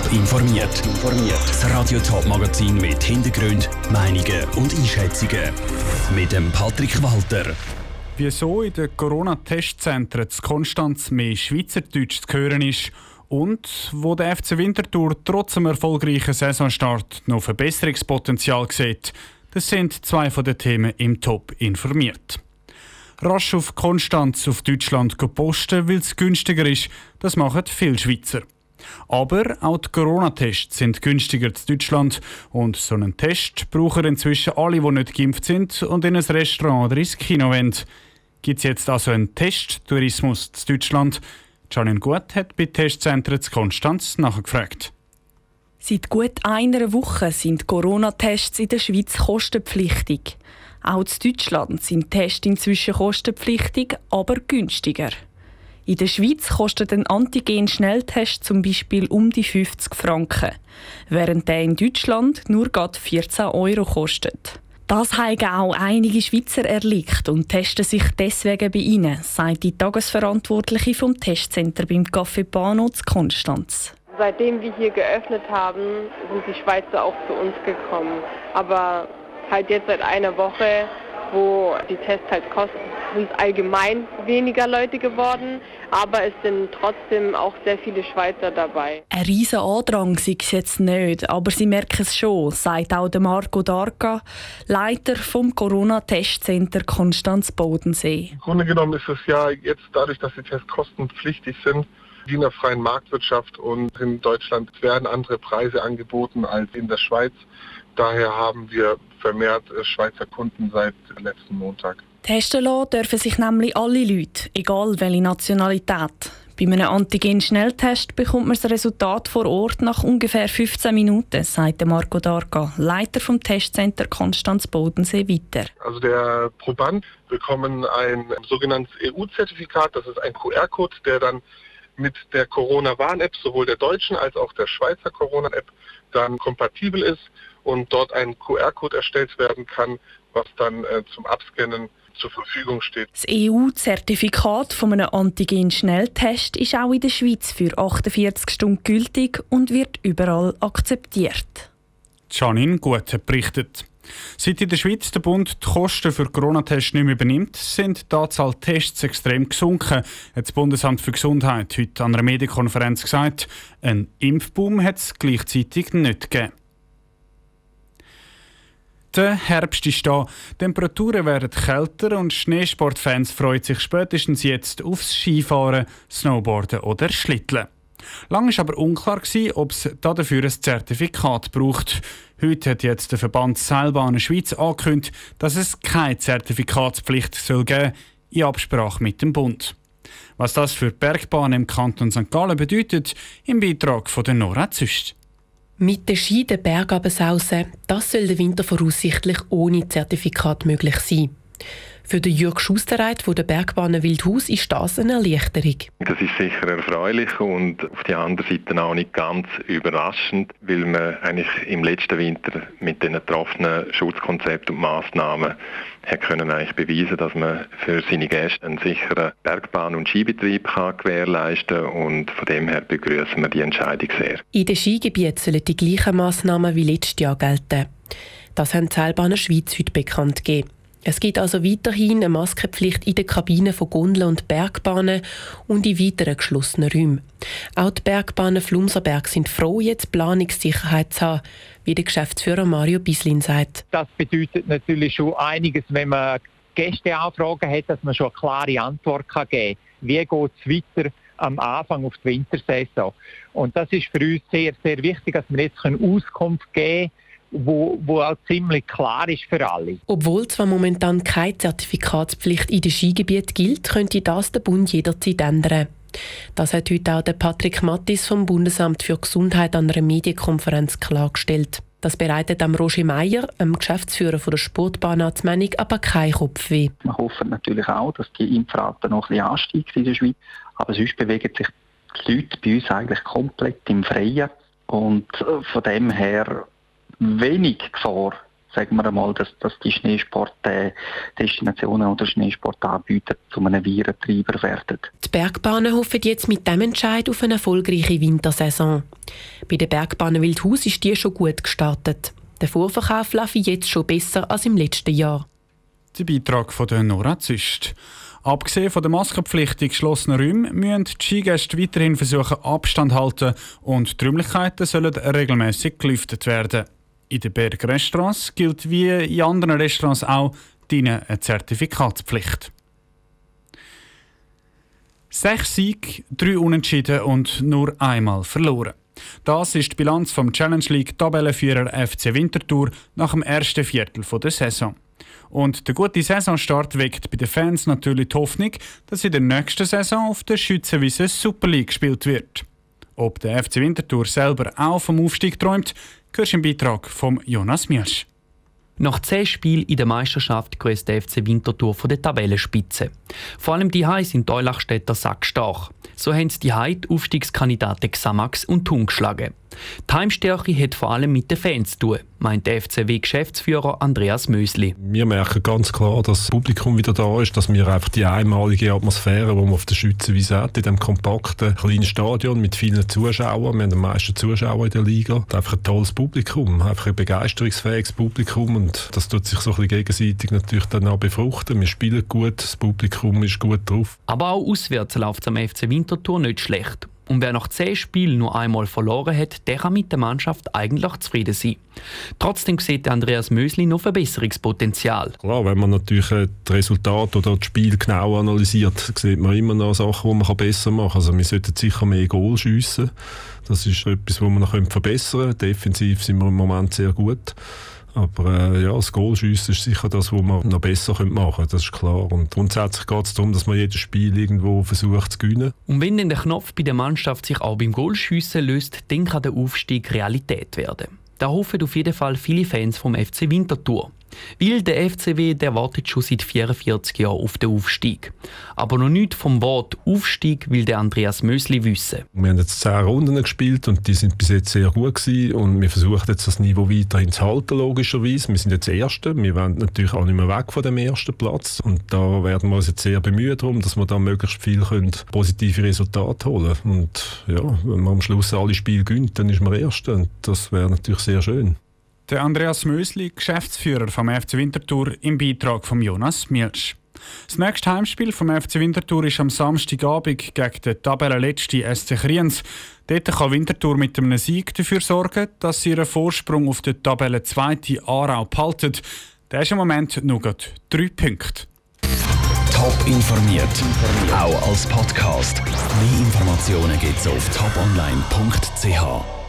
Top informiert. Das Radio Top Magazin mit Hintergrund, Meinungen und Einschätzungen mit dem Patrick Walter. Wieso in den Corona-Testzentren zu Konstanz mehr Schweizerdeutsch zu hören ist und wo der FC Winterthur trotz einem erfolgreichen Saisonstart noch Verbesserungspotenzial sieht, das sind zwei von den Themen im Top informiert. Rasch auf Konstanz auf Deutschland posten, weil es günstiger ist, das machen viele Schweizer. Aber auch die Corona-Tests sind günstiger in Deutschland und so einen Test brauchen inzwischen alle, die nicht geimpft sind und in ein Restaurant oder ins Kino wollen. Gibt es jetzt also einen Testtourismus in Deutschland? Janine Gut hat bei Testzentren in Konstanz nachgefragt. Seit gut einer Woche sind Corona-Tests in der Schweiz kostenpflichtig. Auch in Deutschland sind Tests inzwischen kostenpflichtig, aber günstiger. In der Schweiz kostet ein Antigen-Schnelltest zum Beispiel um die 50 Franken, während der in Deutschland nur gerade 14 € kostet. Das haben auch einige Schweizer erlebt und testen sich deswegen bei ihnen, sagt die Tagesverantwortliche vom Testcenter beim Café Pano in Konstanz. Seitdem wir hier geöffnet haben, sind die Schweizer auch zu uns gekommen. Aber halt jetzt seit einer Woche, wo die Tests halt kosten, sind allgemein weniger Leute geworden, aber es sind trotzdem auch sehr viele Schweizer dabei. Ein riesen Andrang sei es jetzt nicht, aber sie merken es schon, sagt auch der Marco Darca, Leiter vom Corona-Testcenter Konstanz-Bodensee. Im Grunde genommen ist es ja jetzt dadurch, dass die Tests kostenpflichtig sind, wie in der freien Marktwirtschaft, und in Deutschland werden andere Preise angeboten als in der Schweiz. Daher haben wir vermehrt Schweizer Kunden seit letzten Montag. Testen lassen dürfen sich nämlich alle Leute, egal welche Nationalität. Bei einem Antigen-Schnelltest bekommt man das Resultat vor Ort nach ungefähr 15 Minuten, sagt Marco Darca, Leiter vom Testcenter Konstanz-Bodensee, weiter. Also der Proband bekommt ein sogenanntes EU-Zertifikat, das ist ein QR-Code, der dann mit der Corona-Warn-App, sowohl der deutschen als auch der Schweizer Corona-App, dann kompatibel ist und dort ein QR-Code erstellt werden kann, was dann zum Abscannen zur Verfügung steht. Das EU-Zertifikat von einem Antigen-Schnelltest ist auch in der Schweiz für 48 Stunden gültig und wird überall akzeptiert. Janine Gut hat berichtet. Seit in der Schweiz der Bund die Kosten für Corona-Tests nicht mehr übernimmt, sind die Anzahl Tests extrem gesunken, hat das Bundesamt für Gesundheit heute an einer Medienkonferenz gesagt. Ein Impfboom hat es gleichzeitig nicht gegeben. Der Herbst ist da. Die Temperaturen werden kälter und Schneesportfans freuen sich spätestens jetzt aufs Skifahren, Snowboarden oder Schlitteln. Lange war aber unklar, ob es dafür ein Zertifikat braucht. Heute hat jetzt der Verband Seilbahnen Schweiz angekündigt, dass es keine Zertifikatspflicht soll geben, in Absprache mit dem Bund. Was das für die Bergbahnen im Kanton St. Gallen bedeutet, im Beitrag von Nora Züst. Mit den Ski den Berg runtersausen, das soll der Winter voraussichtlich ohne Zertifikat möglich sein. Für den Jürg Schusterreit von der Bergbahnen Wildhaus ist das eine Erleichterung. Das ist sicher erfreulich und auf der anderen Seite auch nicht ganz überraschend, weil man eigentlich im letzten Winter mit den getroffenen Schutzkonzepten und Massnahmen können eigentlich beweisen, dass man für seine Gäste einen sicheren Bergbahn- und Skibetrieb gewährleisten kann, und von dem her begrüßen wir die Entscheidung sehr. In den Skigebieten sollen die gleichen Massnahmen wie letztes Jahr gelten. Das haben die Seilbahnen Schweiz heute bekannt gegeben. Es gibt also weiterhin eine Maskenpflicht in den Kabinen von Gondeln und Bergbahnen und in weiteren geschlossenen Räumen. Auch die Bergbahnen Flumserberg sind froh, jetzt Planungssicherheit zu haben, wie der Geschäftsführer Mario Bislin sagt. Das bedeutet natürlich schon einiges, wenn man Gästeanfragen hat, dass man schon eine klare Antwort geben kann. Wie geht es weiter am Anfang auf die Wintersaison? Und das ist für uns sehr, sehr wichtig, dass wir jetzt eine Auskunft geben können, wo auch ziemlich klar ist für alle. Obwohl zwar momentan keine Zertifikatspflicht in den Skigebieten gilt, könnte das der Bund jederzeit ändern. Das hat heute auch der Patrick Mattis vom Bundesamt für Gesundheit an einer Medienkonferenz klargestellt. Das bereitet am Roger Meier, dem Geschäftsführer der Sportbahn Azmenning, aber kein Kopfweh. Wir hoffen natürlich auch, dass die Impfrate noch ein bisschen ansteigt in der Schweiz. Aber sonst bewegen sich die Leute bei uns eigentlich komplett im Freien. Und von dem her wenig Gefahr sagen wir einmal, dass die Schneesportdestinationen oder Schneesportanbieter zu einem Virentreiber werden. Die Bergbahnen hoffen jetzt mit dem Entscheid auf eine erfolgreiche Wintersaison. Bei den Bergbahnen Wildhaus ist die schon gut gestartet. Der Vorverkauf läuft jetzt schon besser als im letzten Jahr. Der Beitrag von Nora Züst. Abgesehen von der Maskenpflicht in geschlossenen Räumen müssen die Skigäste weiterhin versuchen, Abstand zu halten und die Räumlichkeiten sollen regelmäßig gelüftet werden. In den Bergrestaurants gilt wie in anderen Restaurants auch eine Zertifikatspflicht. 6 Siege, 3 Unentschieden und nur einmal verloren. Das ist die Bilanz vom Challenge League Tabellenführer FC Winterthur nach dem ersten Viertel der Saison. Und der gute Saisonstart weckt bei den Fans natürlich die Hoffnung, dass in der nächsten Saison auf der Schützenwiese Super League gespielt wird. Ob der FC Winterthur selber auch vom Aufstieg träumt, hörst du im Beitrag von Jonas Mielsch. Nach 10 Spielen in der Meisterschaft grüßt der FC Winterthur von der Tabellenspitze. Vor allem die Hai sind die Eulachstädter sackstark. So haben die Hai die Aufstiegskandidaten Xamax und Thun geschlagen. Die Heimstärke hat vor allem mit den Fans zu tun, meint der FCW-Geschäftsführer Andreas Mösli. Wir merken ganz klar, dass das Publikum wieder da ist, dass wir einfach die einmalige Atmosphäre, die man auf der Schützenwiese hat, in diesem kompakten kleinen Stadion mit vielen Zuschauern, wir haben die meisten Zuschauer in der Liga, einfach ein tolles Publikum, einfach ein begeisterungsfähiges Publikum und das tut sich so ein bisschen gegenseitig natürlich dann auch befruchten. Wir spielen gut, das Publikum ist gut drauf. Aber auch auswärts läuft es am FC Winterthur nicht schlecht. Und wer nach 10 Spielen nur einmal verloren hat, der kann mit der Mannschaft eigentlich zufrieden sein. Trotzdem sieht Andreas Mösli noch Verbesserungspotenzial. Klar, wenn man natürlich das Resultat oder das Spiel genau analysiert, sieht man immer noch Sachen, die man besser machen kann. Also wir sollten sicher mehr Goal schiessen. Das ist etwas, was wir noch verbessern können. Defensiv sind wir im Moment sehr gut. Aber das Goalschiessen ist sicher das, was man noch besser machen können, das ist klar. Und grundsätzlich geht es darum, dass man jedes Spiel irgendwo versucht zu gewinnen. Und wenn dann der Knopf bei der Mannschaft sich auch beim Goalschiessen löst, dann kann der Aufstieg Realität werden. Da hoffen auf jeden Fall viele Fans vom FC Winterthur. Weil der FCW, der wartet schon seit 44 Jahren auf den Aufstieg. Aber noch nichts vom Wort Aufstieg will der Andreas Mösli wissen. Wir haben jetzt 10 Runden gespielt und die sind bis jetzt sehr gut gewesen. Und wir versuchen jetzt das Niveau weiterhin zu halten, logischerweise. Wir sind jetzt Erste. Wir wollen natürlich auch nicht mehr weg von dem ersten Platz. Und da werden wir uns jetzt sehr bemühen darum, dass wir da möglichst viel positive Resultate holen können. Und ja, wenn man am Schluss alle Spiele gewinnt, dann ist man Erste. Und das wäre natürlich sehr schön. Der Andreas Mösli, Geschäftsführer vom FC Winterthur, im Beitrag von Jonas Mielsch. Das nächste Heimspiel vom FC Winterthur ist am Samstagabend gegen den Tabellenletzten SC Kriens. Dort kann Winterthur mit einem Sieg dafür sorgen, dass sie ihren Vorsprung auf den Tabellenzweiten Aarau behalten. Der ist im Moment nur 3 Punkte. Top informiert, auch als Podcast. Mehr Informationen gibt es auf toponline.ch.